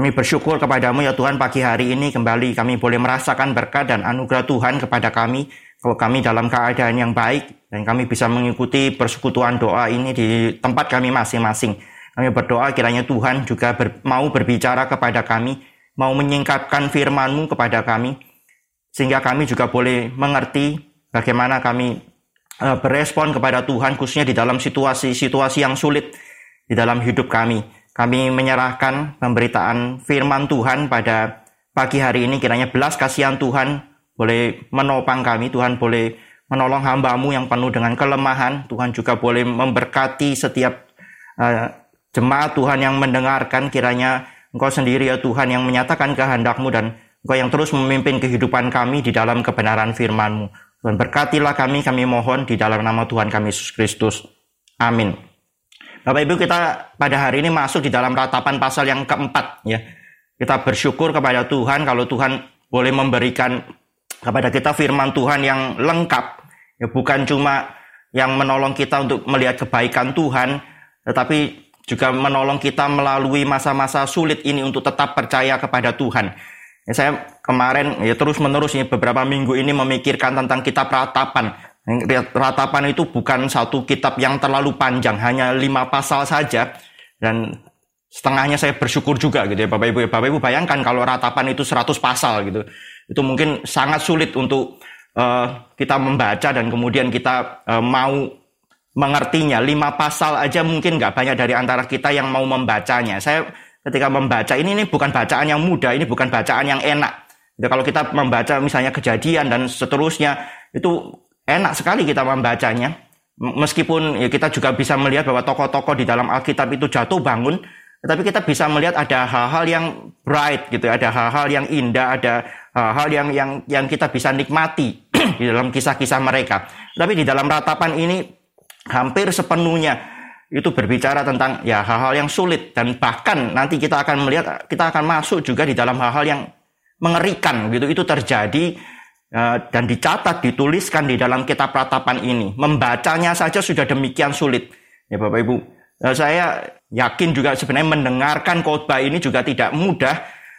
Kami bersyukur kepadamu ya Tuhan, pagi hari ini kembali kami boleh merasakan berkat dan anugerah Tuhan kepada kami. Kalau kami dalam keadaan yang baik dan kami bisa mengikuti persekutuan doa ini di tempat kami masing-masing. Kami berdoa kiranya Tuhan juga mau berbicara kepada kami, mau menyingkapkan firman-Mu kepada kami, sehingga kami juga boleh mengerti bagaimana kami berespon kepada Tuhan, khususnya di dalam situasi-situasi yang sulit di dalam hidup kami. Kami menyerahkan pemberitaan firman Tuhan pada pagi hari ini. Kiranya belas kasihan Tuhan boleh menopang kami. Tuhan boleh menolong hamba-Mu yang penuh dengan kelemahan. Tuhan juga boleh memberkati setiap jemaat Tuhan yang mendengarkan. Kiranya Engkau sendiri ya Tuhan yang menyatakan kehendak-Mu dan Engkau yang terus memimpin kehidupan kami di dalam kebenaran firman-Mu. Tuhan berkatilah kami mohon di dalam nama Tuhan kami Yesus Kristus. Amin. Bapak Ibu, kita pada hari ini masuk di dalam ratapan pasal yang keempat ya. Kita bersyukur kepada Tuhan kalau Tuhan boleh memberikan kepada kita firman Tuhan yang lengkap ya, bukan cuma yang menolong kita untuk melihat kebaikan Tuhan, tetapi juga menolong kita melalui masa-masa sulit ini untuk tetap percaya kepada Tuhan. Ya, saya kemarin ya terus menerus ya, beberapa minggu ini memikirkan tentang kitab ratapan. Ratapan itu bukan satu kitab yang terlalu panjang, hanya 5 pasal saja, dan setengahnya saya bersyukur juga gitu ya Bapak Ibu. Bapak Ibu bayangkan kalau ratapan itu 100 pasal gitu, itu mungkin sangat sulit untuk kita membaca dan kemudian kita mau mengertinya. 5 pasal aja mungkin nggak banyak dari antara kita yang mau membacanya. Saya ketika membaca ini bukan bacaan yang mudah, ini bukan bacaan yang enak. Jadi, kalau kita membaca misalnya Kejadian dan seterusnya, itu enak sekali kita membacanya. Meskipun ya kita juga bisa melihat bahwa tokoh-tokoh di dalam Alkitab itu jatuh bangun, tetapi kita bisa melihat ada hal-hal yang bright gitu, ada hal-hal yang indah, ada hal-hal yang kita bisa nikmati di dalam kisah-kisah mereka. Tapi di dalam ratapan ini hampir sepenuhnya itu berbicara tentang ya hal-hal yang sulit, dan bahkan nanti kita akan melihat, kita akan masuk juga di dalam hal-hal yang mengerikan gitu. Itu terjadi dan dicatat, dituliskan di dalam kitab ratapan ini. Membacanya saja sudah demikian sulit ya Bapak Ibu. Saya yakin juga sebenarnya mendengarkan khotbah ini juga tidak mudah.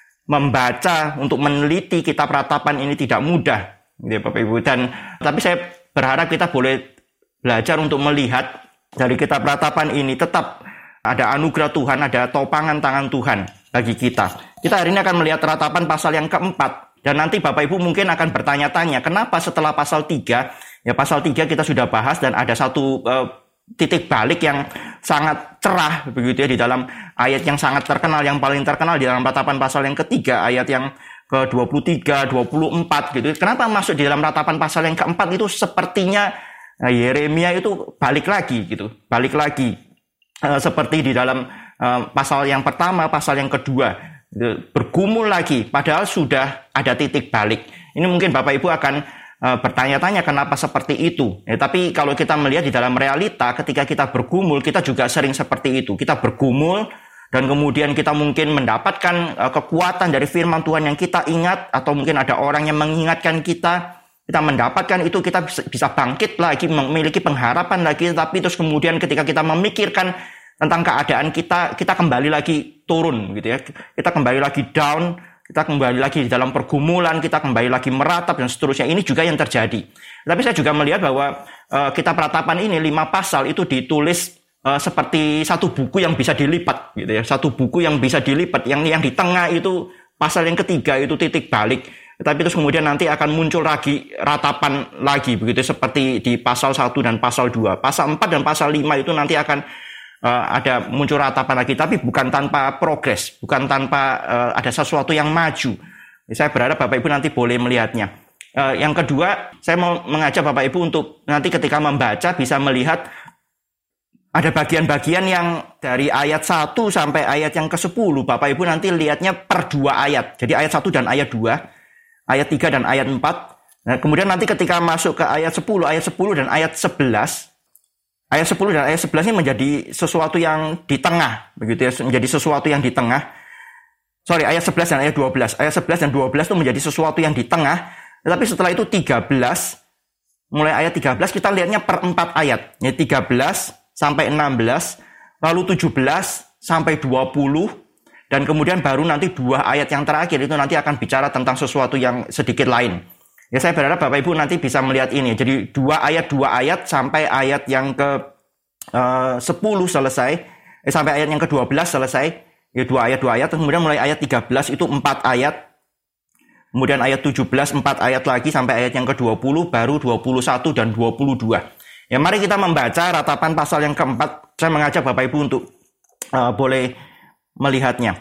Membaca untuk meneliti kitab ratapan ini tidak mudah ya Bapak Ibu. Tapi saya berharap kita boleh belajar untuk melihat dari kitab ratapan ini tetap ada anugerah Tuhan, ada topangan tangan Tuhan bagi kita. Kita hari ini akan melihat ratapan pasal yang keempat. Dan nanti Bapak Ibu mungkin akan bertanya-tanya, kenapa setelah pasal 3, ya pasal 3 kita sudah bahas dan ada satu titik balik yang sangat cerah begitu ya di dalam ayat yang sangat terkenal, yang paling terkenal di dalam ratapan pasal yang ketiga, ayat yang ke-23, 24 gitu. Kenapa masuk di dalam ratapan pasal yang keempat itu sepertinya Yeremia itu balik lagi gitu, balik lagi seperti di dalam pasal yang pertama, pasal yang kedua. Bergumul lagi, padahal sudah ada titik balik. Ini mungkin Bapak Ibu akan bertanya-tanya kenapa seperti itu. Tapi kalau kita melihat di dalam realita, ketika kita bergumul, kita juga sering seperti itu. Kita bergumul dan kemudian kita mungkin mendapatkan kekuatan dari firman Tuhan yang kita ingat, atau mungkin ada orang yang mengingatkan kita. Kita mendapatkan itu, kita bisa bangkit lagi, memiliki pengharapan lagi. Tapi terus kemudian ketika kita memikirkan tentang keadaan kita kembali lagi turun gitu ya. Kita kembali lagi down, kita kembali lagi di dalam pergumulan, kita kembali lagi meratap dan seterusnya. Ini juga yang terjadi. Tapi saya juga melihat bahwa kitab ratapan ini 5 pasal itu ditulis seperti satu buku yang bisa dilipat gitu ya. Satu buku yang bisa dilipat, yang di tengah itu pasal yang ketiga itu titik balik. Tapi terus kemudian nanti akan muncul lagi ratapan lagi begitu, seperti di pasal 1 dan pasal 2. Pasal 4 dan pasal 5 itu nanti akan ada muncul ratapan lagi, tapi bukan tanpa progres, bukan tanpa ada sesuatu yang maju. Saya berharap Bapak Ibu nanti boleh melihatnya. Yang kedua, saya mau mengajak Bapak Ibu untuk nanti ketika membaca bisa melihat ada bagian-bagian yang dari ayat 1 sampai ayat yang ke-10. Bapak Ibu nanti lihatnya per 2 ayat. Jadi ayat 1 dan ayat 2, ayat 3 dan ayat 4. Nah, kemudian nanti ketika masuk ke ayat 10 dan ayat 11, ayat 10 dan ayat 11 ini menjadi sesuatu yang di tengah, begitu ya, menjadi sesuatu yang di tengah. Ayat 11 dan ayat 12. Ayat 11 dan 12 itu menjadi sesuatu yang di tengah. Tetapi setelah itu 13, mulai ayat 13 kita lihatnya per 4 ayat. Ya, 13 sampai 16, lalu 17 sampai 20, Dan kemudian baru nanti 2 ayat yang terakhir itu nanti akan bicara tentang sesuatu yang sedikit lain. Ya saya berharap Bapak Ibu nanti bisa melihat ini. Jadi 2 ayat sampai ayat yang ke 10 selesai. Sampai ayat yang ke-12 selesai. Ya 2 ayat. Kemudian mulai ayat 13 itu 4 ayat. Kemudian ayat 17 4 ayat lagi sampai ayat yang ke-20 baru 21 dan 22. Ya mari kita membaca ratapan pasal yang keempat. Saya mengajak Bapak Ibu untuk boleh melihatnya.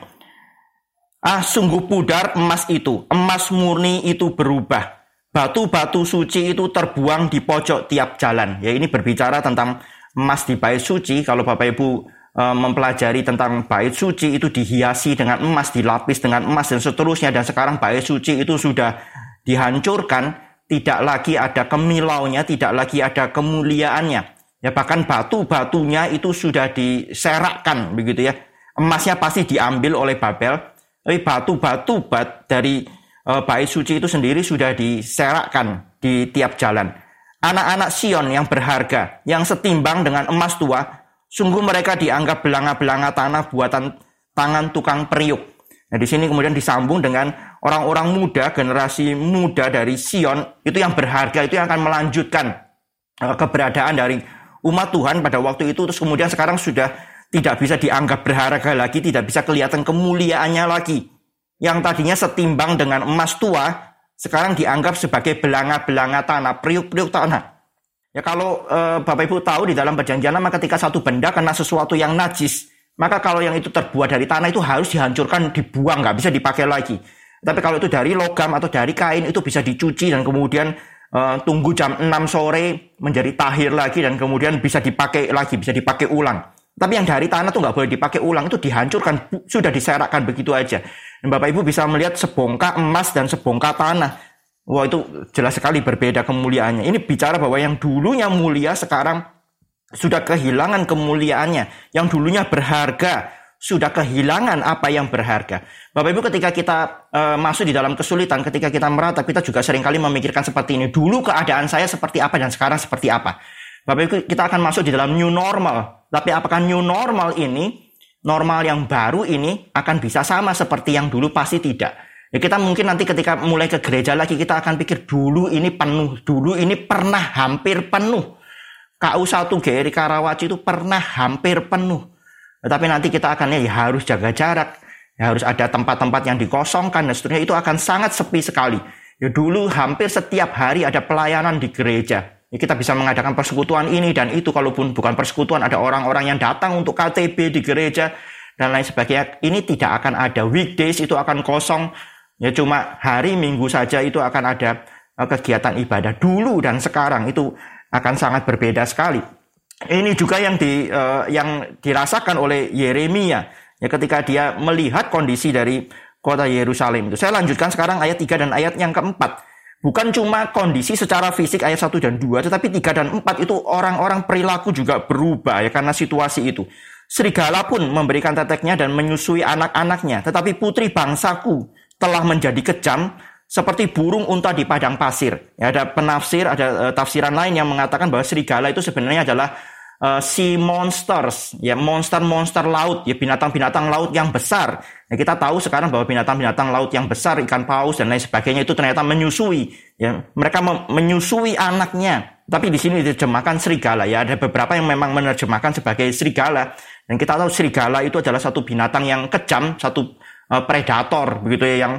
Sungguh pudar emas itu, emas murni itu berubah. Batu-batu suci itu terbuang di pojok tiap jalan. Ya ini berbicara tentang emas di bait suci. Kalau Bapak Ibu mempelajari tentang bait suci itu dihiasi dengan emas, dilapis dengan emas dan seterusnya. Dan sekarang bait suci itu sudah dihancurkan, tidak lagi ada kemilaunya, tidak lagi ada kemuliaannya. Ya bahkan batu-batunya itu sudah diserakkan begitu ya. Emasnya pasti diambil oleh Babel, tapi batu-batu dari bait suci itu sendiri sudah diserakkan di tiap jalan. Anak-anak Sion yang berharga, yang setimbang dengan emas tua, sungguh mereka dianggap belanga-belanga tanah buatan tangan tukang periuk. Nah di sini kemudian disambung dengan orang-orang muda, generasi muda dari Sion, itu yang berharga, itu yang akan melanjutkan keberadaan dari umat Tuhan pada waktu itu. Terus kemudian sekarang sudah tidak bisa dianggap berharga lagi, tidak bisa kelihatan kemuliaannya lagi. Yang tadinya setimbang dengan emas tua, sekarang dianggap sebagai belanga-belanga tanah, periuk-periuk tanah. Ya kalau Bapak Ibu tahu di dalam perjanjian lama ketika satu benda kena sesuatu yang najis, maka kalau yang itu terbuat dari tanah itu harus dihancurkan, dibuang, nggak bisa dipakai lagi. Tapi kalau itu dari logam atau dari kain itu bisa dicuci dan kemudian tunggu jam 6 sore menjadi tahir lagi dan kemudian bisa dipakai lagi, bisa dipakai ulang. Tapi yang dari tanah tuh nggak boleh dipakai ulang, itu dihancurkan, sudah diserakkan begitu aja. Dan Bapak Ibu bisa melihat sebongkah emas dan sebongkah tanah. Wah itu jelas sekali berbeda kemuliaannya. Ini bicara bahwa yang dulunya mulia sekarang sudah kehilangan kemuliaannya. Yang dulunya berharga sudah kehilangan apa yang berharga. Bapak Ibu ketika kita masuk di dalam kesulitan, ketika kita meratap, kita juga seringkali memikirkan seperti ini. Dulu keadaan saya seperti apa dan sekarang seperti apa. Bapak Ibu kita akan masuk di dalam new normal. Tapi apakah new normal ini, normal yang baru ini akan bisa sama seperti yang dulu? Pasti tidak. Ya kita mungkin nanti ketika mulai ke gereja lagi kita akan pikir dulu ini penuh, dulu ini pernah hampir penuh. KU1 GRI Karawaci itu pernah hampir penuh. Tetapi nanti kita akan ya harus jaga jarak, ya harus ada tempat-tempat yang dikosongkan dan seterusnya, itu akan sangat sepi sekali. Ya dulu hampir setiap hari ada pelayanan di gereja. Ya, kita bisa mengadakan persekutuan ini dan itu, kalaupun bukan persekutuan ada orang-orang yang datang untuk KTB di gereja dan lain sebagainya. Ini tidak akan ada weekdays, itu akan kosong. Ya cuma hari Minggu saja itu akan ada kegiatan ibadah. Dulu dan sekarang itu akan sangat berbeda sekali. Ini juga yang dirasakan oleh Yeremia ya ketika dia melihat kondisi dari kota Yerusalem itu. Saya lanjutkan sekarang ayat 3 dan ayat yang keempat. Bukan cuma kondisi secara fisik ayat 1 dan 2, tetapi 3 dan 4 itu orang-orang perilaku juga berubah ya karena situasi itu. Serigala pun memberikan teteknya dan menyusui anak-anaknya, tetapi putri bangsaku telah menjadi kejam seperti burung unta di padang pasir. Ya, ada penafsir, ada tafsiran lain yang mengatakan bahwa serigala itu sebenarnya adalah sea monsters, ya monster-monster laut, ya binatang-binatang laut yang besar. Nah, kita tahu sekarang bahwa binatang-binatang laut yang besar, ikan paus dan lain sebagainya itu ternyata menyusui. Ya, mereka menyusui anaknya. Tapi di sini diterjemahkan serigala. Ya, ada beberapa yang memang menerjemahkan sebagai serigala. Dan kita tahu serigala itu adalah satu binatang yang kejam, satu predator, begitu ya, yang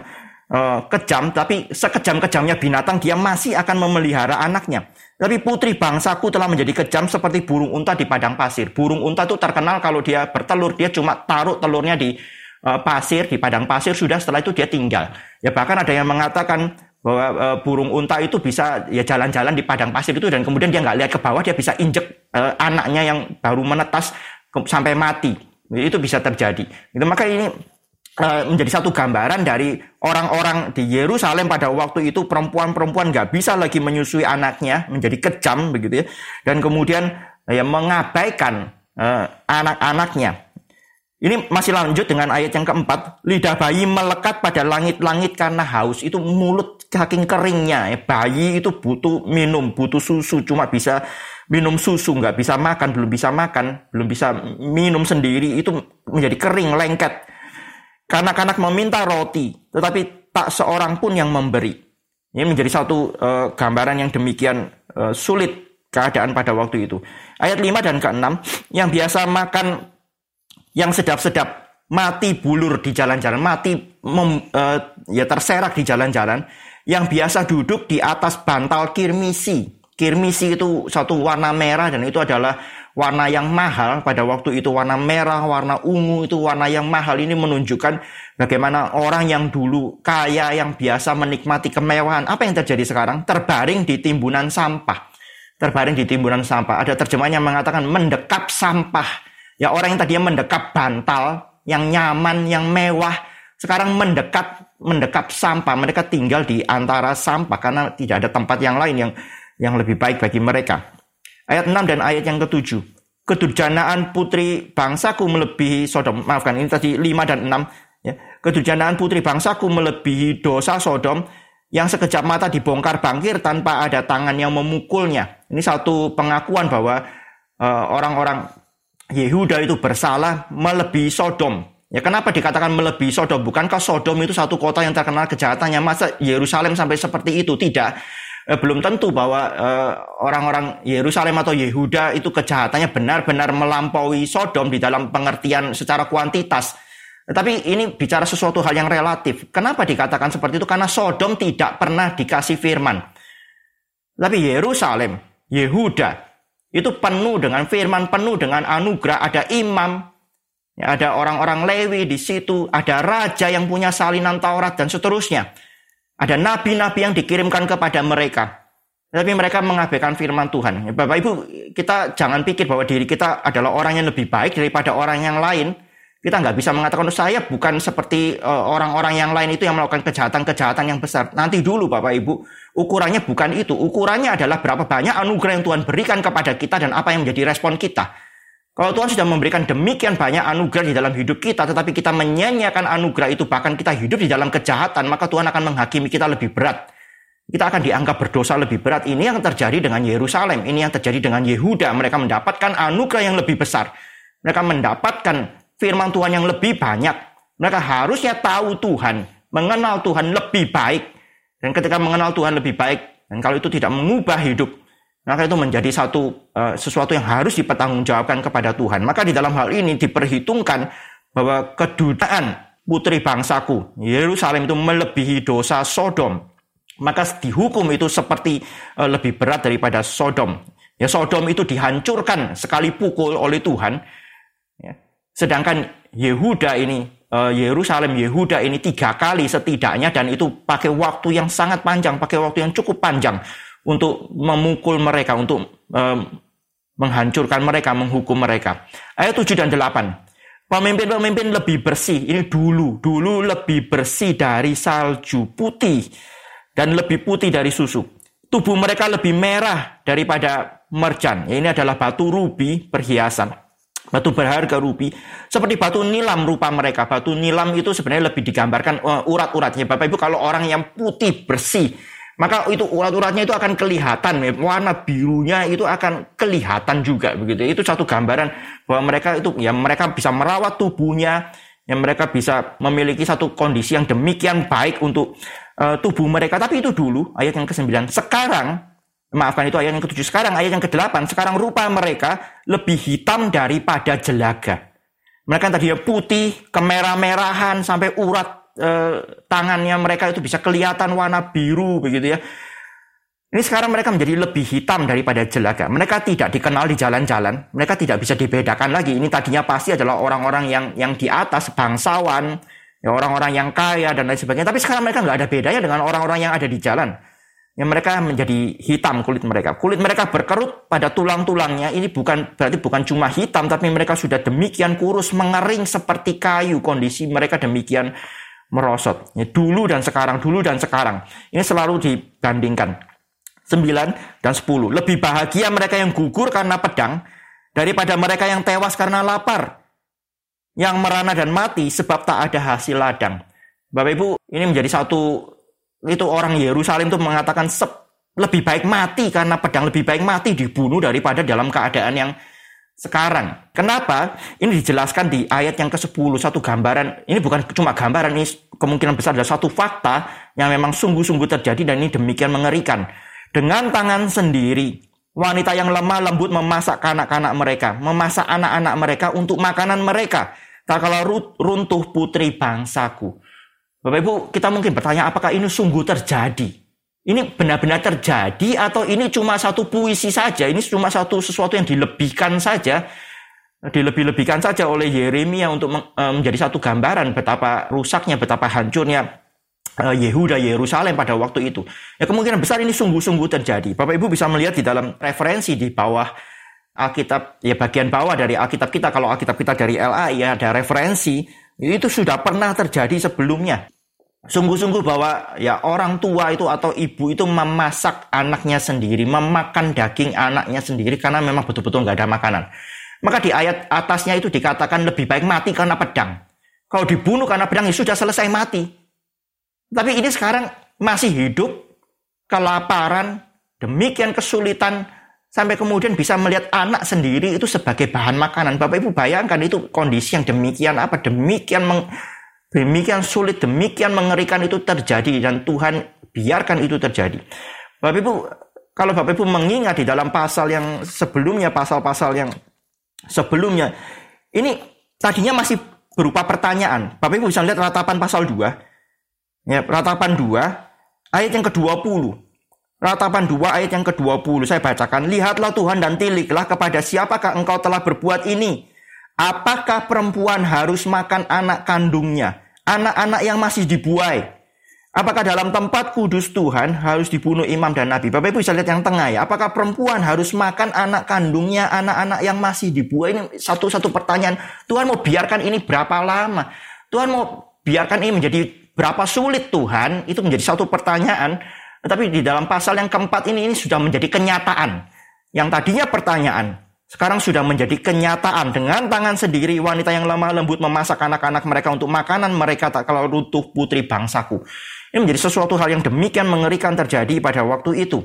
kejam. Tapi sekejam-kejamnya binatang dia masih akan memelihara anaknya. Tapi putri bangsaku telah menjadi kejam seperti burung unta di padang pasir. Burung unta itu terkenal kalau dia bertelur, dia cuma taruh telurnya di pasir, di padang pasir, sudah setelah itu dia tinggal. Ya bahkan ada yang mengatakan bahwa burung unta itu bisa ya jalan-jalan di padang pasir itu dan kemudian dia nggak lihat ke bawah, dia bisa injek anaknya yang baru menetas sampai mati. Itu bisa terjadi. Itu maka ini menjadi satu gambaran dari orang-orang di Yerusalem pada waktu itu. Perempuan-perempuan nggak bisa lagi menyusui anaknya, menjadi kejam begitu ya, dan kemudian ya mengabaikan anak-anaknya. Ini masih lanjut dengan ayat yang keempat. Lidah bayi melekat pada langit-langit karena haus. Itu mulut saking keringnya ya. Bayi itu butuh minum, butuh susu, cuma bisa minum susu, nggak bisa makan, belum bisa minum sendiri, itu menjadi kering, lengket. Kanak-kanak meminta roti, tetapi tak seorang pun yang memberi. Ini menjadi satu gambaran yang demikian sulit keadaan pada waktu itu. Ayat 5 dan ke-6, yang biasa makan yang sedap-sedap, mati bulur di jalan-jalan, terserak di jalan-jalan, yang biasa duduk di atas bantal kirmisi. Kirmisi itu satu warna merah, dan itu adalah warna yang mahal pada waktu itu. Warna merah, warna ungu itu warna yang mahal. Ini menunjukkan bagaimana orang yang dulu kaya, yang biasa menikmati kemewahan. Apa yang terjadi sekarang? Terbaring di timbunan sampah. Terbaring di timbunan sampah. Ada terjemahan yang mengatakan mendekap sampah. Ya, orang yang tadinya mendekap bantal yang nyaman, yang mewah, sekarang mendekap sampah. Mereka tinggal di antara sampah karena tidak ada tempat yang lain yang lebih baik bagi mereka. Ayat 6 dan ayat yang ke-7. Kedurjanaan putri bangsaku melebihi Sodom. Maafkan, ini tadi 5 dan 6. Ya. Kedurjanaan putri bangsaku melebihi dosa Sodom, yang sekejap mata dibongkar bangkir tanpa ada tangan yang memukulnya. Ini satu pengakuan bahwa orang-orang Yehuda itu bersalah melebihi Sodom. Ya, kenapa dikatakan melebihi Sodom? Bukankah Sodom itu satu kota yang terkenal kejahatannya? Masa Yerusalem sampai seperti itu? Tidak. Belum tentu bahwa orang-orang Yerusalem atau Yehuda itu kejahatannya benar-benar melampaui Sodom di dalam pengertian secara kuantitas. Tetapi ini bicara sesuatu hal yang relatif. Kenapa dikatakan seperti itu? Karena Sodom tidak pernah dikasih firman. Tapi Yerusalem, Yehuda, itu penuh dengan firman, penuh dengan anugerah. Ada imam, ya, ada orang-orang Lewi di situ, ada raja yang punya salinan Taurat, dan seterusnya. Ada nabi-nabi yang dikirimkan kepada mereka. Tapi mereka mengabaikan firman Tuhan. Bapak Ibu, kita jangan pikir bahwa diri kita adalah orang yang lebih baik daripada orang yang lain. Kita nggak bisa mengatakan, saya bukan seperti orang-orang yang lain itu yang melakukan kejahatan-kejahatan yang besar. Nanti dulu Bapak Ibu, ukurannya bukan itu. Ukurannya adalah berapa banyak anugerah yang Tuhan berikan kepada kita dan apa yang menjadi respon kita. Kalau Tuhan sudah memberikan demikian banyak anugerah di dalam hidup kita, tetapi kita menyanyiakan anugerah itu, bahkan kita hidup di dalam kejahatan, maka Tuhan akan menghakimi kita lebih berat. Kita akan dianggap berdosa lebih berat. Ini yang terjadi dengan Yerusalem. Ini yang terjadi dengan Yehuda. Mereka mendapatkan anugerah yang lebih besar. Mereka mendapatkan firman Tuhan yang lebih banyak. Mereka harusnya tahu Tuhan, mengenal Tuhan lebih baik. Dan ketika mengenal Tuhan lebih baik, dan kalau itu tidak mengubah hidup, maka itu menjadi sesuatu yang harus dipertanggungjawabkan kepada Tuhan. Maka di dalam hal ini diperhitungkan bahwa kedudukan putri bangsaku, Yerusalem, itu melebihi dosa Sodom. Maka dihukum itu seperti lebih berat daripada Sodom. Ya, Sodom itu dihancurkan sekali pukul oleh Tuhan. Ya. Sedangkan Yehuda ini, Yerusalem, Yehuda ini 3 kali setidaknya, dan itu pakai waktu yang sangat panjang, pakai waktu yang cukup panjang untuk memukul mereka, untuk menghancurkan mereka, menghukum mereka. Ayat 7 dan 8. Pemimpin-pemimpin lebih bersih. Ini dulu lebih bersih dari salju putih dan lebih putih dari susu. Tubuh mereka lebih merah daripada merjan. Ini adalah batu rubi perhiasan. Batu berharga rubi. Seperti batu nilam rupa mereka. Batu nilam itu sebenarnya lebih digambarkan urat-uratnya. Bapak Ibu, kalau orang yang putih, bersih, maka itu urat-uratnya itu akan kelihatan, warna birunya itu akan kelihatan juga begitu. Itu satu gambaran bahwa mereka itu, ya, mereka bisa merawat tubuhnya, ya, mereka bisa memiliki satu kondisi yang demikian baik untuk tubuh mereka. Tapi itu dulu, ayat yang ke-9. Sekarang, maafkan, itu ayat yang ke-7. Sekarang ayat yang ke-8. Sekarang rupa mereka lebih hitam daripada jelaga. Mereka tadinya putih, kemerah-merahan sampai urat tangannya mereka itu bisa kelihatan warna biru begitu ya. Ini sekarang mereka menjadi lebih hitam daripada jelaga. Mereka tidak dikenal di jalan-jalan. Mereka tidak bisa dibedakan lagi. Ini tadinya pasti adalah orang-orang yang di atas, bangsawan, ya, orang-orang yang kaya dan lain sebagainya. Tapi sekarang mereka nggak ada bedanya dengan orang-orang yang ada di jalan. Yang mereka menjadi hitam kulit mereka. Kulit mereka berkerut pada tulang-tulangnya. Ini berarti bukan cuma hitam, tapi mereka sudah demikian kurus, mengering seperti kayu. Kondisi mereka demikian merosot. Ya, dulu dan sekarang. Ini selalu dibandingkan. 9 dan 10. Lebih bahagia mereka yang gugur karena pedang daripada mereka yang tewas karena lapar, yang merana dan mati sebab tak ada hasil ladang. Bapak Ibu, ini menjadi satu, itu orang Yerusalem itu mengatakan lebih baik mati karena pedang, lebih baik mati dibunuh daripada dalam keadaan yang sekarang. Kenapa? Ini dijelaskan di ayat yang ke-10, satu gambaran. Ini bukan cuma gambaran, ini kemungkinan besar adalah satu fakta yang memang sungguh-sungguh terjadi dan ini demikian mengerikan. Dengan tangan sendiri, wanita yang lemah lembut memasak kanak-kanak mereka, memasak anak-anak mereka untuk makanan mereka. Tak kala runtuh putri bangsaku. Bapak Ibu, kita mungkin bertanya, apakah ini sungguh terjadi? Ini benar-benar terjadi atau ini cuma satu puisi saja? Ini cuma sesuatu yang dilebihkan saja, dilebih-lebihkan saja oleh Yeremia untuk menjadi satu gambaran betapa rusaknya, betapa hancurnya Yehuda, Yerusalem pada waktu itu. Ya, kemungkinan besar ini sungguh-sungguh terjadi. Bapak Ibu bisa melihat di dalam referensi di bawah Alkitab, ya bagian bawah dari Alkitab kita. Kalau Alkitab kita dari LAI, ya ada referensi, itu sudah pernah terjadi sebelumnya. Sungguh-sungguh bahwa ya orang tua itu atau ibu itu memasak anaknya sendiri, memakan daging anaknya sendiri karena memang betul-betul nggak ada makanan. Maka di ayat atasnya itu dikatakan lebih baik mati karena pedang. Kalau dibunuh karena pedang ya sudah selesai mati. Tapi ini sekarang masih hidup, kelaparan, demikian kesulitan, sampai kemudian bisa melihat anak sendiri itu sebagai bahan makanan. Bapak Ibu bayangkan itu kondisi yang demikian apa, demikian sulit, demikian mengerikan itu terjadi dan Tuhan biarkan itu terjadi. Bapak Ibu, kalau Bapak Ibu mengingat di dalam pasal yang sebelumnya, pasal-pasal yang sebelumnya, ini tadinya masih berupa pertanyaan. Bapak Ibu bisa lihat ratapan pasal 2. Ya, ratapan 2 ayat yang ke-20. Ratapan 2 ayat yang ke-20 saya bacakan. Lihatlah Tuhan dan tiliklah kepada siapakah engkau telah berbuat ini. Apakah perempuan harus makan anak kandungnya, anak-anak yang masih dibuai? Apakah dalam tempat kudus Tuhan harus dibunuh imam dan nabi? Bapak Ibu bisa lihat yang tengah ya. Apakah perempuan harus makan anak kandungnya, anak-anak yang masih dibuai? Ini satu-satu pertanyaan. Tuhan mau biarkan ini berapa lama? Tuhan mau biarkan ini menjadi berapa sulit Tuhan? Itu menjadi satu pertanyaan. Tetapi di dalam pasal yang keempat ini sudah menjadi kenyataan. Yang tadinya pertanyaan, sekarang sudah menjadi kenyataan. Dengan tangan sendiri wanita yang lemah lembut memasak anak-anak mereka untuk makanan mereka tak kalau runtuh putri bangsaku. Ini menjadi sesuatu hal yang demikian mengerikan terjadi pada waktu itu.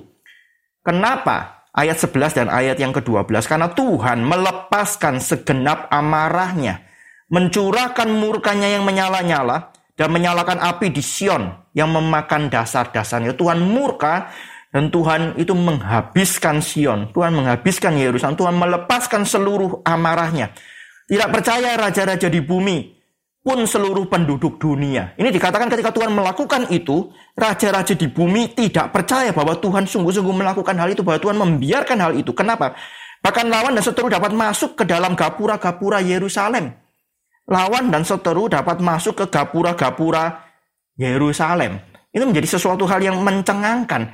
Kenapa? Ayat 11 dan ayat yang ke-12. Karena Tuhan melepaskan segenap amarahnya, mencurahkan murkanya yang menyala-nyala dan menyalakan api di Sion yang memakan dasar-dasarnya. Tuhan murka dan Tuhan itu menghabiskan Sion. Tuhan menghabiskan Yerusalem. Tuhan melepaskan seluruh amarahnya. Tidak percaya raja-raja di bumi pun seluruh penduduk dunia. Ini dikatakan ketika Tuhan melakukan itu, raja-raja di bumi tidak percaya bahwa Tuhan sungguh-sungguh melakukan hal itu, bahwa Tuhan membiarkan hal itu. Kenapa? Bahkan lawan dan seteru dapat masuk ke dalam gapura-gapura Yerusalem. Lawan dan seteru dapat masuk ke gapura-gapura Yerusalem. Ini menjadi sesuatu hal yang mencengangkan.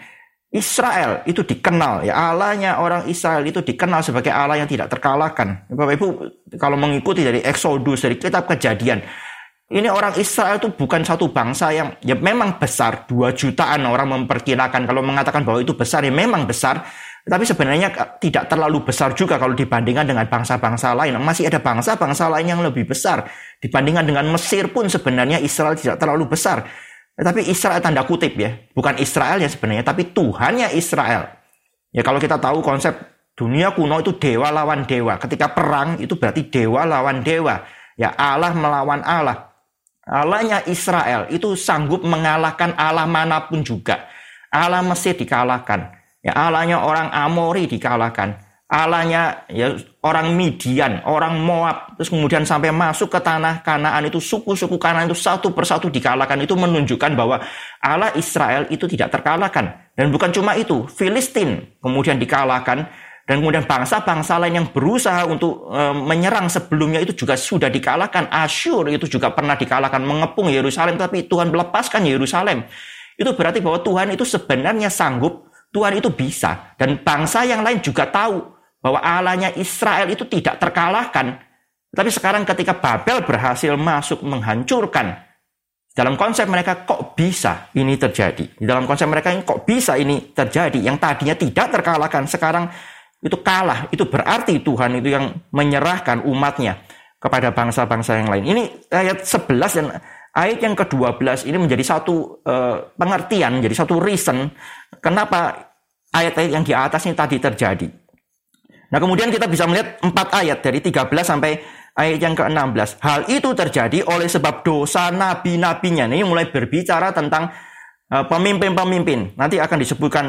Israel itu dikenal, ya Allahnya orang Israel itu dikenal sebagai Allah yang tidak terkalahkan. Bapak Ibu, kalau mengikuti dari Exodus, dari kitab Kejadian, ini orang Israel itu bukan satu bangsa yang ya memang besar, 2 jutaan orang memperkirakan. Kalau mengatakan bahwa itu besar, ya memang besar, tapi sebenarnya tidak terlalu besar juga kalau dibandingkan dengan bangsa-bangsa lain. Masih ada bangsa-bangsa lain yang lebih besar. Dibandingkan dengan Mesir pun sebenarnya Israel tidak terlalu besar. Tapi Israel tanda kutip ya, bukan Israel ya sebenarnya, tapi Tuhannya Israel. Ya kalau kita tahu konsep dunia kuno itu dewa lawan dewa. Ketika perang itu berarti dewa lawan dewa. Ya Allah melawan Allah. Allahnya Israel itu sanggup mengalahkan Allah manapun juga. Allah Mesir dikalahkan. Ya Allahnya orang Amori dikalahkan. Allahnya ya orang Midian, orang Moab, terus kemudian sampai masuk ke tanah Kanaan itu suku-suku Kanaan itu satu persatu dikalahkan. Itu menunjukkan bahwa Allah Israel itu tidak terkalahkan. Dan bukan cuma itu, Filistin kemudian dikalahkan dan kemudian bangsa-bangsa lain yang berusaha untuk menyerang sebelumnya itu juga sudah dikalahkan. Asyur itu juga pernah dikalahkan, mengepung Yerusalem, tapi Tuhan melepaskan Yerusalem. Itu berarti bahwa Tuhan itu sebenarnya sanggup, Tuhan itu bisa, dan bangsa yang lain juga tahu bahwa Allahnya Israel itu tidak terkalahkan. Tapi sekarang ketika Babel berhasil masuk menghancurkan, dalam konsep mereka kok bisa ini terjadi? Di dalam konsep mereka ini kok bisa ini terjadi? Yang tadinya tidak terkalahkan, sekarang itu kalah. Itu berarti Tuhan itu yang menyerahkan umatnya kepada bangsa-bangsa yang lain. Ini ayat 11 dan ayat yang ke-12 ini menjadi satu pengertian, menjadi satu reason kenapa ayat-ayat yang di atas ini tadi terjadi. Nah, kemudian kita bisa melihat 4 ayat dari 13 sampai ayat yang ke-16. Hal itu terjadi oleh sebab dosa nabi-nabinya. Ini mulai berbicara tentang pemimpin-pemimpin. Nanti akan disebutkan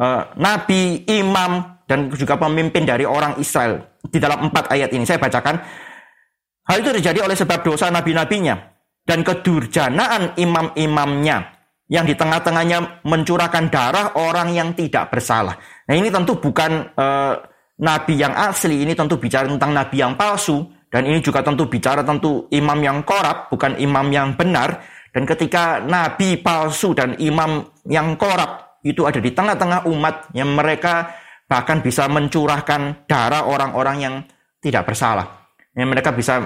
nabi, imam, dan juga pemimpin dari orang Israel. Di dalam 4 ayat ini saya bacakan. Hal itu terjadi oleh sebab dosa nabi-nabinya dan kedurjanaan imam-imamnya yang di tengah-tengahnya mencurahkan darah orang yang tidak bersalah. Nah, ini tentu bukan nabi yang asli, ini tentu bicara tentang nabi yang palsu, dan ini juga tentu bicara tentu imam yang korup, bukan imam yang benar. Dan ketika nabi palsu dan imam yang korup itu ada di tengah-tengah umat, yang mereka bahkan bisa mencurahkan darah orang-orang yang tidak bersalah. Yang mereka bisa,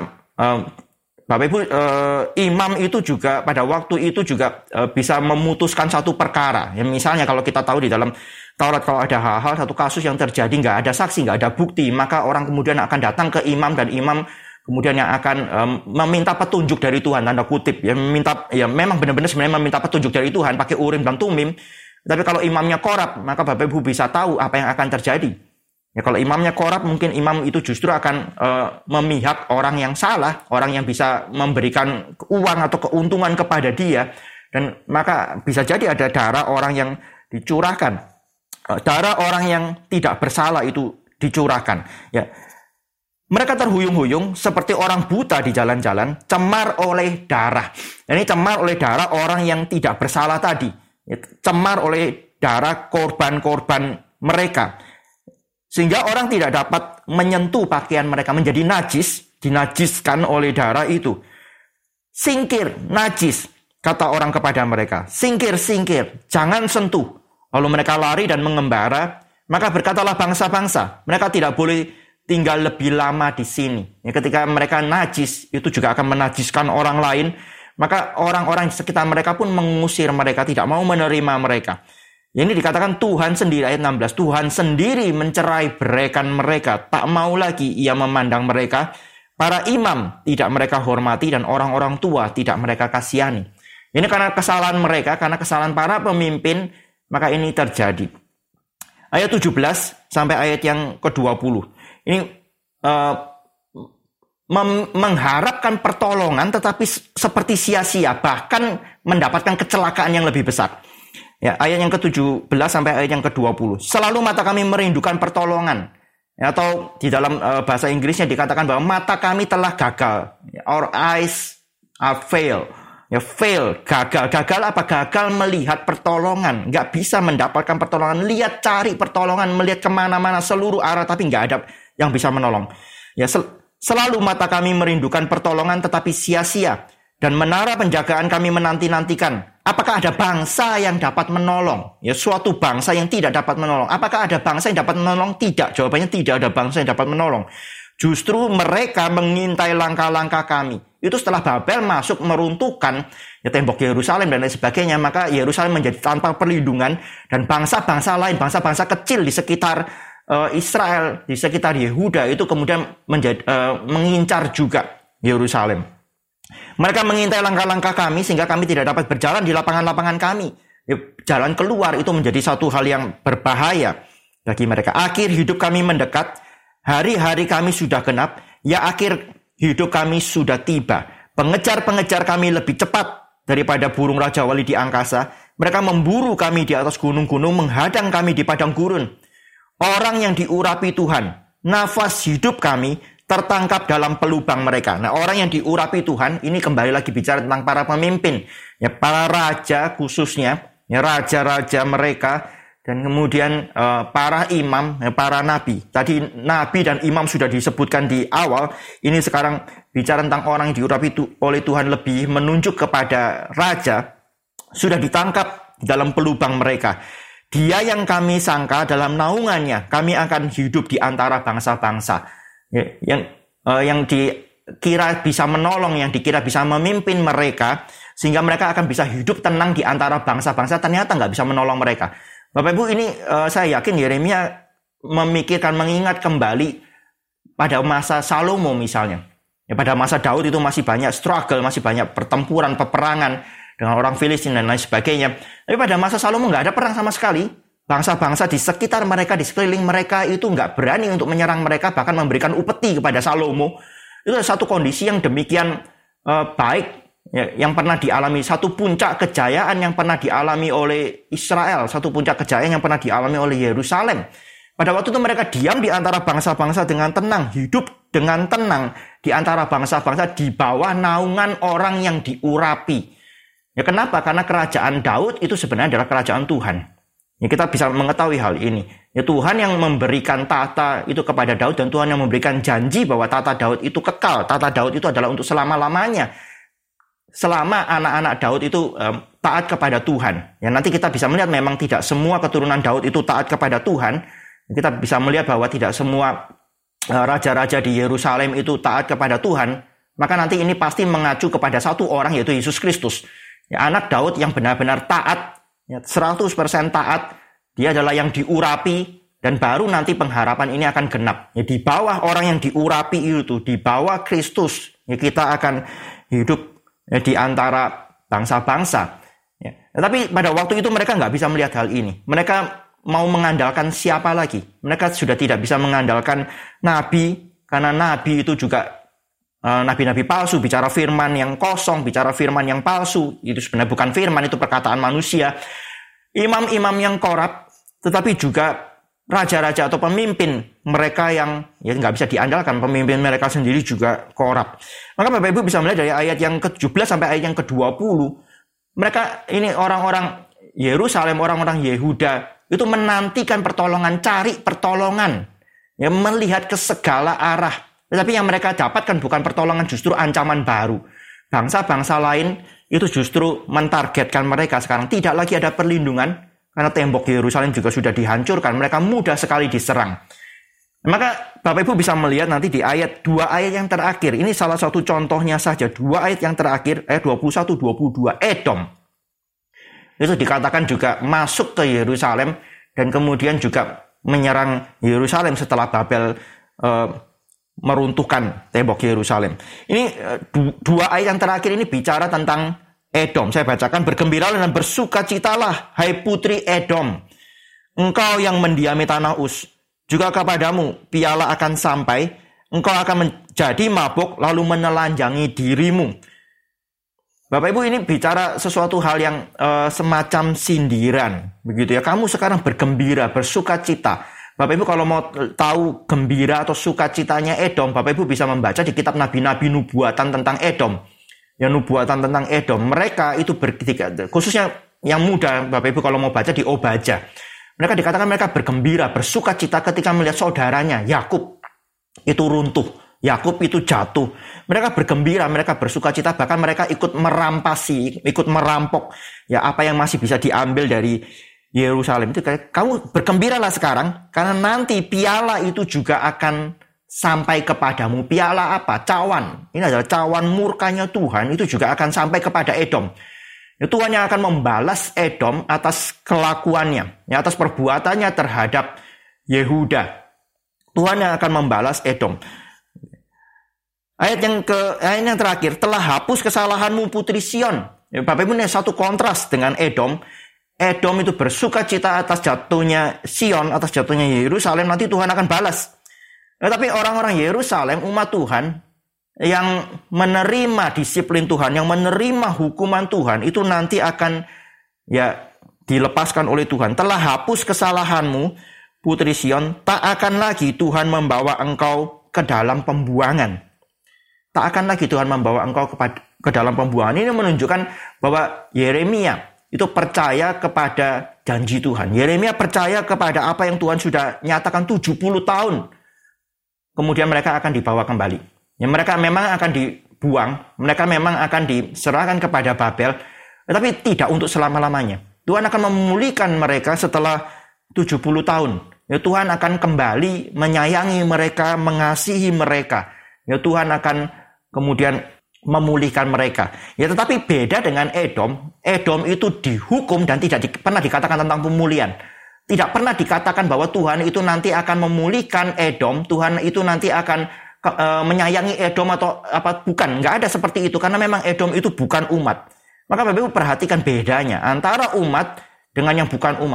Bapak Ibu, imam itu juga pada waktu itu juga bisa memutuskan satu perkara. Ya, misalnya kalau kita tahu di dalam Taurat, kalau ada hal-hal, satu kasus yang terjadi, nggak ada saksi, nggak ada bukti, maka orang kemudian akan datang ke imam, dan imam kemudian yang akan meminta petunjuk dari Tuhan, tanda kutip, ya, memang benar-benar sebenarnya meminta petunjuk dari Tuhan pakai Urim dan Tumim. Tapi kalau imamnya korup, maka Bapak Ibu bisa tahu apa yang akan terjadi. Ya, kalau imamnya korup, mungkin imam itu justru akan memihak orang yang salah, orang yang bisa memberikan uang atau keuntungan kepada dia, dan maka bisa jadi ada darah orang yang dicurahkan. Darah orang yang tidak bersalah itu dicurahkan. Ya, mereka terhuyung-huyung seperti orang buta di jalan-jalan, cemar oleh darah. Ini cemar oleh darah orang yang tidak bersalah tadi. Ya, cemar oleh darah korban-korban mereka. Sehingga orang tidak dapat menyentuh pakaian mereka, menjadi najis, dinajiskan oleh darah itu. Singkir, najis, kata orang kepada mereka. Singkir, singkir, jangan sentuh. Lalu mereka lari dan mengembara. Maka berkatalah bangsa-bangsa, mereka tidak boleh tinggal lebih lama di sini. Ya, ketika mereka najis, itu juga akan menajiskan orang lain. Maka orang-orang di sekitar mereka pun mengusir mereka, tidak mau menerima mereka. Ini dikatakan Tuhan sendiri, ayat 16. Tuhan sendiri mencerai beraikan mereka. Tak mau lagi ia memandang mereka. Para imam tidak mereka hormati, dan orang-orang tua tidak mereka kasihani. Ini karena kesalahan mereka, karena kesalahan para pemimpin, maka ini terjadi. Ayat 17 sampai ayat yang ke-20. Ini mengharapkan pertolongan tetapi seperti sia-sia, bahkan mendapatkan kecelakaan yang lebih besar. Ya, ayat yang ke-17 sampai ayat yang ke-20. Selalu mata kami merindukan pertolongan. Ya, atau di dalam bahasa Inggrisnya dikatakan bahwa mata kami telah gagal. Our eyes are fail. Ya, fail, gagal. Gagal apa? Gagal melihat pertolongan. Nggak bisa mendapatkan pertolongan. Lihat, cari pertolongan, melihat kemana-mana, seluruh arah, tapi nggak ada yang bisa menolong. Ya, selalu mata kami merindukan pertolongan, tetapi sia-sia. Dan menara penjagaan kami menanti-nantikan. Apakah ada bangsa yang dapat menolong? Ya, suatu bangsa yang tidak dapat menolong. Apakah ada bangsa yang dapat menolong? Tidak. Jawabannya tidak ada bangsa yang dapat menolong. Justru mereka mengintai langkah-langkah kami. Itu setelah Babel masuk meruntuhkan ya, tembok Yerusalem dan lain sebagainya, maka Yerusalem menjadi tanpa perlindungan, dan bangsa-bangsa lain, bangsa-bangsa kecil di sekitar Israel, di sekitar Yehuda itu kemudian mengincar juga Yerusalem. Mereka mengintai langkah-langkah kami sehingga kami tidak dapat berjalan di lapangan-lapangan kami. Ya, jalan keluar itu menjadi satu hal yang berbahaya bagi mereka. Akhir hidup kami mendekat, hari-hari kami sudah genap, ya akhir hidup kami sudah tiba. Pengejar-pengejar kami lebih cepat daripada burung Raja Wali di angkasa. Mereka memburu kami di atas gunung-gunung, menghadang kami di padang gurun. Orang yang diurapi Tuhan, nafas hidup kami tertangkap dalam pelubang mereka. Nah, orang yang diurapi Tuhan, ini kembali lagi bicara tentang para pemimpin. Ya, para raja khususnya, ya, raja-raja mereka, dan kemudian para imam, para nabi. Tadi nabi dan imam sudah disebutkan di awal. Ini sekarang bicara tentang orang yang diurapi oleh Tuhan, lebih menunjuk kepada raja. Sudah ditangkap dalam pelubang mereka. Dia yang kami sangka dalam naungannya, kami akan hidup di antara bangsa-bangsa. Yang dikira bisa menolong, yang dikira bisa memimpin mereka, sehingga mereka akan bisa hidup tenang di antara bangsa-bangsa, ternyata nggak bisa menolong mereka. Bapak Ibu, ini saya yakin Yeremia memikirkan, mengingat kembali pada masa Salomo misalnya. Ya, pada masa Daud itu masih banyak struggle, masih banyak pertempuran, peperangan dengan orang Filistin dan lain sebagainya. Tapi pada masa Salomo nggak ada perang sama sekali. bangsa-bangsa di sekitar mereka, di sekeliling mereka itu nggak berani untuk menyerang mereka, bahkan memberikan upeti kepada Salomo. Itu satu kondisi yang demikian baik ya, yang pernah dialami, satu puncak kejayaan yang pernah dialami oleh Israel, satu puncak kejayaan yang pernah dialami oleh Yerusalem. Pada waktu itu mereka diam di antara bangsa-bangsa dengan tenang, hidup dengan tenang di antara bangsa-bangsa di bawah naungan orang yang diurapi. Ya kenapa? Karena kerajaan Daud itu sebenarnya adalah kerajaan Tuhan. Ya, kita bisa mengetahui hal ini. Ya, Tuhan yang memberikan tahta itu kepada Daud dan Tuhan yang memberikan janji bahwa tahta Daud itu kekal. Tahta Daud itu adalah untuk selama-lamanya. Selama anak-anak Daud itu taat kepada Tuhan. Ya, nanti kita bisa melihat memang tidak semua keturunan Daud itu taat kepada Tuhan. Kita bisa melihat bahwa tidak semua raja-raja di Yerusalem itu taat kepada Tuhan. Maka nanti ini pasti mengacu kepada satu orang, yaitu Yesus Kristus. Ya, anak Daud yang benar-benar taat, ya, 100% taat, dia adalah yang diurapi, dan baru nanti pengharapan ini akan genap. Ya, di bawah orang yang diurapi itu, di bawah Kristus, ya, kita akan hidup ya, di antara bangsa-bangsa. Ya. Tapi pada waktu itu mereka nggak bisa melihat hal ini. Mereka mau mengandalkan siapa lagi? Mereka sudah tidak bisa mengandalkan nabi, karena nabi itu juga nabi-nabi palsu, bicara firman yang kosong, bicara firman yang palsu. Itu sebenarnya bukan firman, itu perkataan manusia. Imam-imam yang korup, tetapi juga raja-raja atau pemimpin mereka yang ya nggak bisa diandalkan, pemimpin mereka sendiri juga korup. Maka Bapak Ibu bisa melihat dari ayat yang ke-17 sampai ayat yang ke-20, mereka ini orang-orang Yerusalem, orang-orang Yehuda itu menantikan pertolongan, cari pertolongan, ya, melihat ke segala arah. Tetapi yang mereka dapatkan bukan pertolongan, justru ancaman baru. Bangsa-bangsa lain itu justru mentargetkan mereka sekarang. Tidak lagi ada perlindungan, karena tembok Yerusalem juga sudah dihancurkan. Mereka mudah sekali diserang. Maka Bapak Ibu bisa melihat nanti di dua ayat yang terakhir. Ini salah satu contohnya saja. Dua ayat yang terakhir, ayat 21-22. Edom. Itu dikatakan juga masuk ke Yerusalem dan kemudian juga menyerang Yerusalem setelah Babel meruntuhkan tembok Yerusalem. Ini dua ayat yang terakhir ini bicara tentang Edom. Saya bacakan, bergembiralah dan bersukacitalah, hai putri Edom, engkau yang mendiami tanah Uz, juga kepadamu piala akan sampai, engkau akan menjadi mabuk lalu menelanjangi dirimu. Bapak Ibu, ini bicara sesuatu hal yang semacam sindiran, begitu ya. Kamu sekarang bergembira, bersukacita. Bapak Ibu kalau mau tahu gembira atau sukacitanya Edom, Bapak Ibu bisa membaca di kitab nabi-nabi nubuatan tentang Edom. Ya, nubuatan tentang Edom. Mereka itu khususnya yang muda, Bapak Ibu kalau mau baca di Obadja. Mereka dikatakan mereka bergembira, bersukacita ketika melihat saudaranya Yakub itu runtuh, Yakub itu jatuh. Mereka bergembira, mereka bersukacita, bahkan mereka ikut merampasi, ikut merampok ya apa yang masih bisa diambil dari Yerusalem. Itu kamu bergembiralah sekarang, karena nanti piala itu juga akan sampai kepadamu. Piala apa? Cawan. Ini adalah cawan murkanya Tuhan, itu juga akan sampai kepada Edom. Ya, Tuhan yang akan membalas Edom atas kelakuannya, ya, atas perbuatannya terhadap Yehuda. Tuhan yang akan membalas Edom. Ayat yang terakhir, telah hapus kesalahanmu putri Sion. Ya, Bapak Ibu, ini satu kontras dengan Edom. Edom itu bersukacita atas jatuhnya Sion, atas jatuhnya Yerusalem, nanti Tuhan akan balas. Tapi orang-orang Yerusalem, umat Tuhan, yang menerima disiplin Tuhan, yang menerima hukuman Tuhan, itu nanti akan ya dilepaskan oleh Tuhan. Telah hapus kesalahanmu, putri Sion, tak akan lagi Tuhan membawa engkau ke dalam pembuangan. Tak akan lagi Tuhan membawa engkau ke dalam pembuangan. Ini menunjukkan bahwa Yeremia itu percaya kepada janji Tuhan. Yeremia percaya kepada apa yang Tuhan sudah nyatakan 70 tahun. Kemudian mereka akan dibawa kembali. Ya, mereka memang akan dibuang, mereka memang akan diserahkan kepada Babel, tetapi tidak untuk selama-lamanya. Tuhan akan memulihkan mereka setelah 70 tahun. Ya, Tuhan akan kembali menyayangi mereka, mengasihi mereka. Ya, Tuhan akan kemudian memulihkan mereka. Ya, tetapi beda dengan Edom. Edom itu dihukum dan tidak pernah dikatakan tentang pemulihan. Tidak pernah dikatakan bahwa Tuhan itu nanti akan memulihkan Edom. Tuhan itu nanti akan menyayangi Edom atau apa. Bukan, nggak ada seperti itu. Karena memang Edom itu bukan umat. Maka Bapak Ibu perhatikan bedanya antara umat dengan yang bukan umat.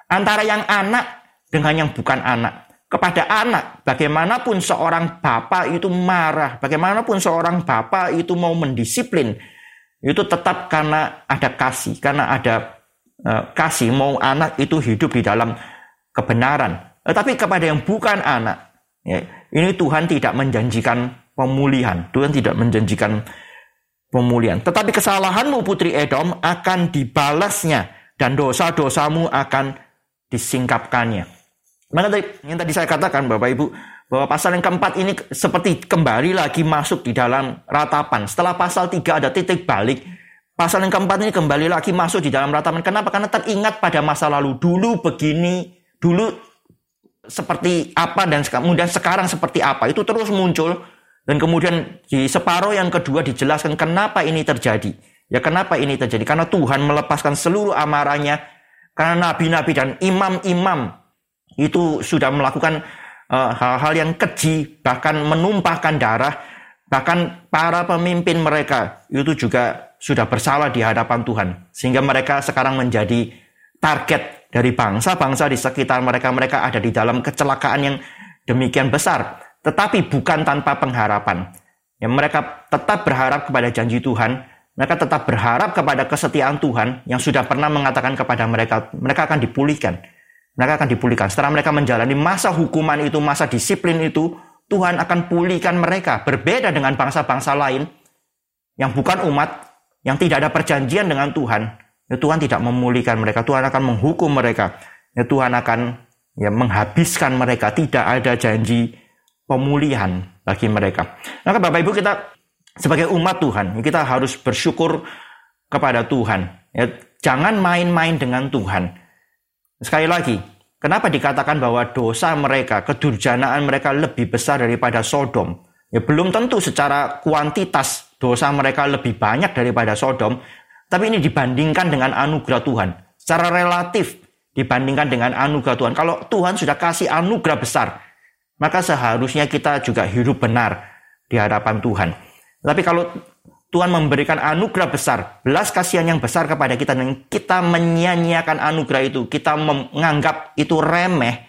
Antara yang anak dengan yang bukan anak. Kepada anak, bagaimanapun seorang bapak itu marah, bagaimanapun seorang bapak itu mau mendisiplin, itu tetap karena ada kasih, karena ada kasih, mau anak itu hidup di dalam kebenaran. Tetapi kepada yang bukan anak, ya, ini Tuhan tidak menjanjikan pemulihan. Tuhan tidak menjanjikan pemulihan. Tetapi kesalahanmu putri Edom akan dibalasnya, dan dosa-dosamu akan disingkapkannya. Maka yang tadi saya katakan Bapak Ibu, bahwa pasal yang keempat ini seperti kembali lagi masuk di dalam ratapan. Setelah pasal 3 ada titik balik, pasal yang keempat ini kembali lagi masuk di dalam ratapan. Kenapa? Karena teringat pada masa lalu. Dulu begini, dulu seperti apa, dan kemudian sekarang seperti apa. Itu terus muncul. Dan kemudian di separuh yang kedua dijelaskan kenapa ini terjadi. Ya, kenapa ini terjadi? Karena Tuhan melepaskan seluruh amarahnya. Karena nabi-nabi dan imam-imam itu sudah melakukan hal-hal yang keji, bahkan menumpahkan darah, bahkan para pemimpin mereka itu juga sudah bersalah di hadapan Tuhan. Sehingga mereka sekarang menjadi target dari bangsa-bangsa di sekitar mereka. Mereka ada di dalam kecelakaan yang demikian besar, tetapi bukan tanpa pengharapan. Ya, mereka tetap berharap kepada janji Tuhan, mereka tetap berharap kepada kesetiaan Tuhan yang sudah pernah mengatakan kepada mereka, mereka akan dipulihkan. Mereka akan dipulihkan. Setelah mereka menjalani masa hukuman itu, masa disiplin itu, Tuhan akan pulihkan mereka. Berbeda dengan bangsa-bangsa lain yang bukan umat, yang tidak ada perjanjian dengan Tuhan. Ya, Tuhan tidak memulihkan mereka. Tuhan akan menghukum mereka. Ya, Tuhan akan menghabiskan mereka. Tidak ada janji pemulihan bagi mereka. Maka Bapak Ibu, kita sebagai umat Tuhan, kita harus bersyukur kepada Tuhan. Ya, jangan main-main dengan Tuhan. Sekali lagi, kenapa dikatakan bahwa dosa mereka, kedurjanaan mereka lebih besar daripada Sodom? Ya, belum tentu secara kuantitas dosa mereka lebih banyak daripada Sodom, tapi ini dibandingkan dengan anugerah Tuhan. Secara relatif dibandingkan dengan anugerah Tuhan. Kalau Tuhan sudah kasih anugerah besar, maka seharusnya kita juga hidup benar di hadapan Tuhan. Tapi kalau Tuhan memberikan anugerah besar, belas kasihan yang besar kepada kita, dan kita menyia-nyiakan anugerah itu, kita menganggap itu remeh,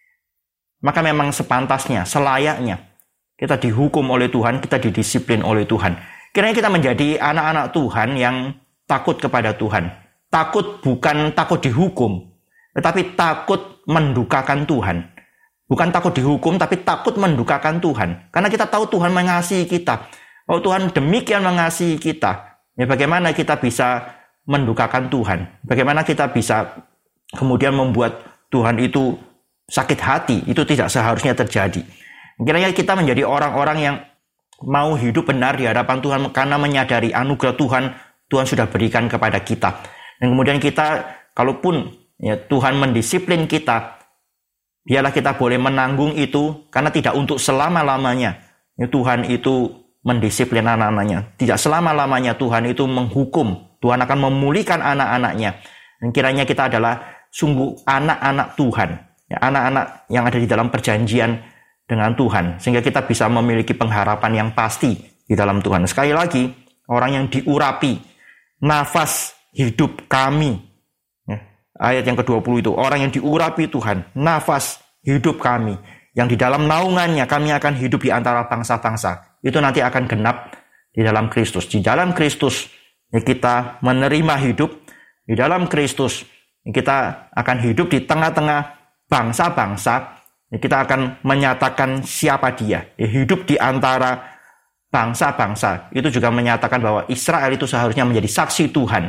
maka memang sepantasnya, selayaknya kita dihukum oleh Tuhan, kita didisiplin oleh Tuhan. Kiranya kita menjadi anak-anak Tuhan yang takut kepada Tuhan. Takut bukan takut dihukum, tetapi takut mendukakan Tuhan. Bukan takut dihukum, tapi takut mendukakan Tuhan. Karena kita tahu Tuhan mengasihi kita. Oh, Tuhan demikian mengasihi kita. Ya, bagaimana kita bisa mendukakan Tuhan? Bagaimana kita bisa kemudian membuat Tuhan itu sakit hati? Itu tidak seharusnya terjadi. Kiranya kita menjadi orang-orang yang mau hidup benar di hadapan Tuhan karena menyadari anugerah Tuhan sudah berikan kepada kita. Dan kemudian kita, kalaupun ya, Tuhan mendisiplin kita, biarlah kita boleh menanggung itu karena tidak untuk selama-lamanya. Ya, Tuhan itu mendisiplin anak-anaknya. Tidak selama-lamanya Tuhan itu menghukum. Tuhan akan memulihkan anak-anaknya. Dan kiranya kita adalah sungguh anak-anak Tuhan. Ya, anak-anak yang ada di dalam perjanjian dengan Tuhan. Sehingga kita bisa memiliki pengharapan yang pasti di dalam Tuhan. Sekali lagi, orang yang diurapi nafas hidup kami. Ya, ayat yang ke-20 itu. Orang yang diurapi Tuhan, nafas hidup kami. Yang di dalam naungannya kami akan hidup di antara bangsa-bangsa. Itu nanti akan genap di dalam Kristus. Di dalam Kristus ya, kita menerima hidup. Di dalam Kristus ya, kita akan hidup di tengah-tengah bangsa-bangsa. Ya, kita akan menyatakan siapa dia. Ya, hidup di antara bangsa-bangsa. Itu juga menyatakan bahwa Israel itu seharusnya menjadi saksi Tuhan.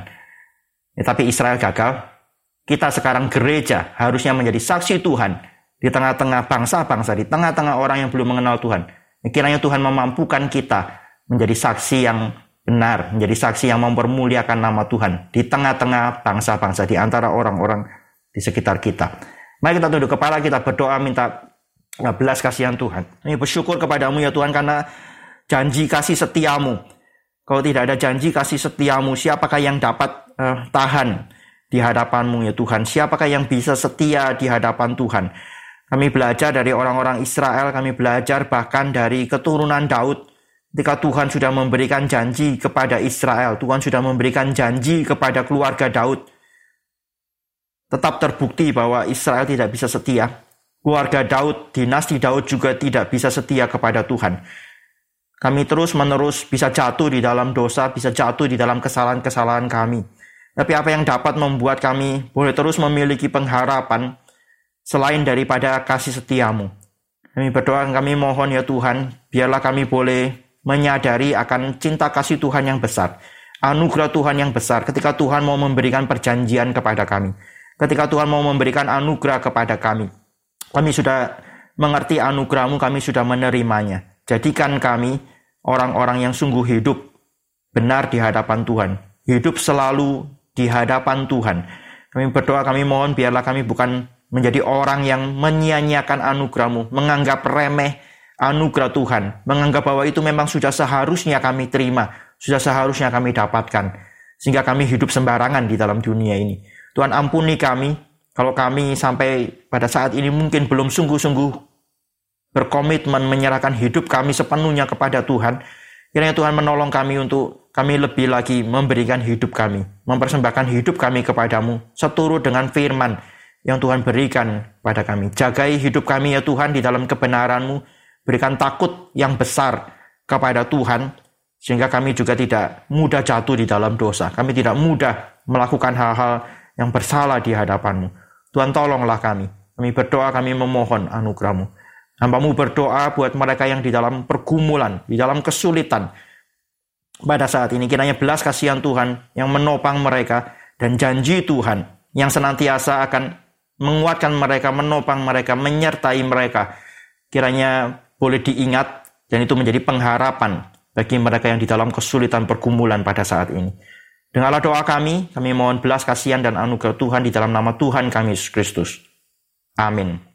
Ya, tapi Israel gagal. Kita sekarang gereja harusnya menjadi saksi Tuhan di tengah-tengah bangsa-bangsa, di tengah-tengah orang yang belum mengenal Tuhan. Kiranya Tuhan memampukan kita menjadi saksi yang benar, menjadi saksi yang mempermuliakan nama Tuhan di tengah-tengah bangsa-bangsa, di antara orang-orang di sekitar kita. Mari kita tunduk kepala, kita berdoa minta belas kasihan Tuhan. Ini bersyukur kepadamu ya Tuhan karena janji kasih setiamu. Kalau tidak ada janji kasih setiamu, siapakah yang dapat tahan di hadapanmu ya Tuhan? Siapakah yang bisa setia di hadapan Tuhan? Kami belajar dari orang-orang Israel, kami belajar bahkan dari keturunan Daud. Ketika Tuhan sudah memberikan janji kepada Israel, Tuhan sudah memberikan janji kepada keluarga Daud. tetap terbukti bahwa Israel tidak bisa setia. Keluarga Daud, dinasti Daud juga tidak bisa setia kepada Tuhan. Kami terus-menerus bisa jatuh di dalam dosa, bisa jatuh di dalam kesalahan-kesalahan kami. Tapi apa yang dapat membuat kami boleh terus memiliki pengharapan selain daripada kasih setiamu? Kami berdoa, kami mohon ya Tuhan, biarlah kami boleh menyadari akan cinta kasih Tuhan yang besar, anugerah Tuhan yang besar ketika Tuhan mau memberikan perjanjian kepada kami. Ketika Tuhan mau memberikan anugerah kepada kami. Kami sudah mengerti anugerah-Mu, kami sudah menerimanya. Jadikan kami orang-orang yang sungguh hidup benar di hadapan Tuhan. Hidup selalu di hadapan Tuhan. Kami berdoa, kami mohon biarlah kami bukan menjadi orang yang menyia-nyiakan anugerah-Mu, menganggap remeh anugerah Tuhan, menganggap bahwa itu memang sudah seharusnya kami terima, sudah seharusnya kami dapatkan, sehingga kami hidup sembarangan di dalam dunia ini. Tuhan, ampuni kami kalau kami sampai pada saat ini mungkin belum sungguh-sungguh berkomitmen menyerahkan hidup kami sepenuhnya kepada Tuhan. Kiranya Tuhan menolong kami untuk kami lebih lagi memberikan hidup kami, mempersembahkan hidup kami kepadamu, seturut dengan firman yang Tuhan berikan pada kami. Jagai hidup kami ya Tuhan di dalam kebenaran-Mu, berikan takut yang besar kepada Tuhan, sehingga kami juga tidak mudah jatuh di dalam dosa. Kami tidak mudah melakukan hal-hal yang bersalah di hadapan-Mu. Tuhan, tolonglah kami. Kami berdoa, kami memohon anugerah-Mu. Hamba-Mu berdoa buat mereka yang di dalam pergumulan, di dalam kesulitan pada saat ini. Kiranya belas kasihan Tuhan yang menopang mereka, dan janji Tuhan yang senantiasa akan menguatkan mereka, menopang mereka, menyertai mereka. Kiranya boleh diingat, dan itu menjadi pengharapan bagi mereka yang di dalam kesulitan pergumulan pada saat ini. Dengarlah doa kami mohon belas kasihan dan anugerah Tuhan di dalam nama Tuhan kami Yesus Kristus. Amin.